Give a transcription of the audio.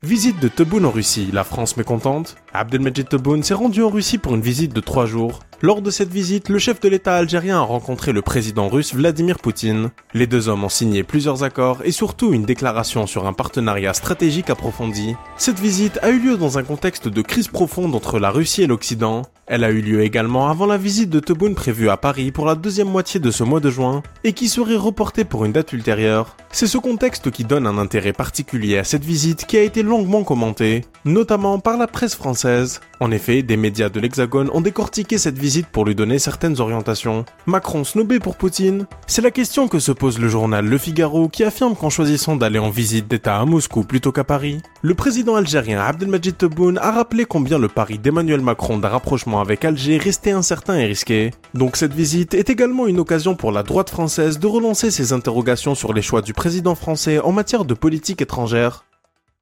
Visite de Tebboune en Russie, la France mécontente. Abdelmejid Tebboune s'est rendu en Russie pour une visite de 3 jours. Lors de cette visite, le chef de l'État algérien a rencontré le président russe Vladimir Poutine. Les deux hommes ont signé plusieurs accords et surtout une déclaration sur un partenariat stratégique approfondi. Cette visite a eu lieu dans un contexte de crise profonde entre la Russie et l'Occident. Elle a eu lieu également avant la visite de Tebboune prévue à Paris pour la deuxième moitié de ce mois de juin et qui serait reportée pour une date ultérieure. C'est ce contexte qui donne un intérêt particulier à cette visite qui a été longuement commentée, notamment par la presse française. En effet, des médias de l'Hexagone ont décortiqué cette visite pour lui donner certaines orientations. Macron snobé pour Poutine? C'est la question que se pose le journal Le Figaro qui affirme qu'en choisissant d'aller en visite d'État à Moscou plutôt qu'à Paris, le président algérien Abdelmejid Tebboune a rappelé combien le pari d'Emmanuel Macron d'un rapprochement avec Alger restait incertain et risqué. Donc cette visite est également une occasion pour la droite française de relancer ses interrogations sur les choix du président français en matière de politique étrangère.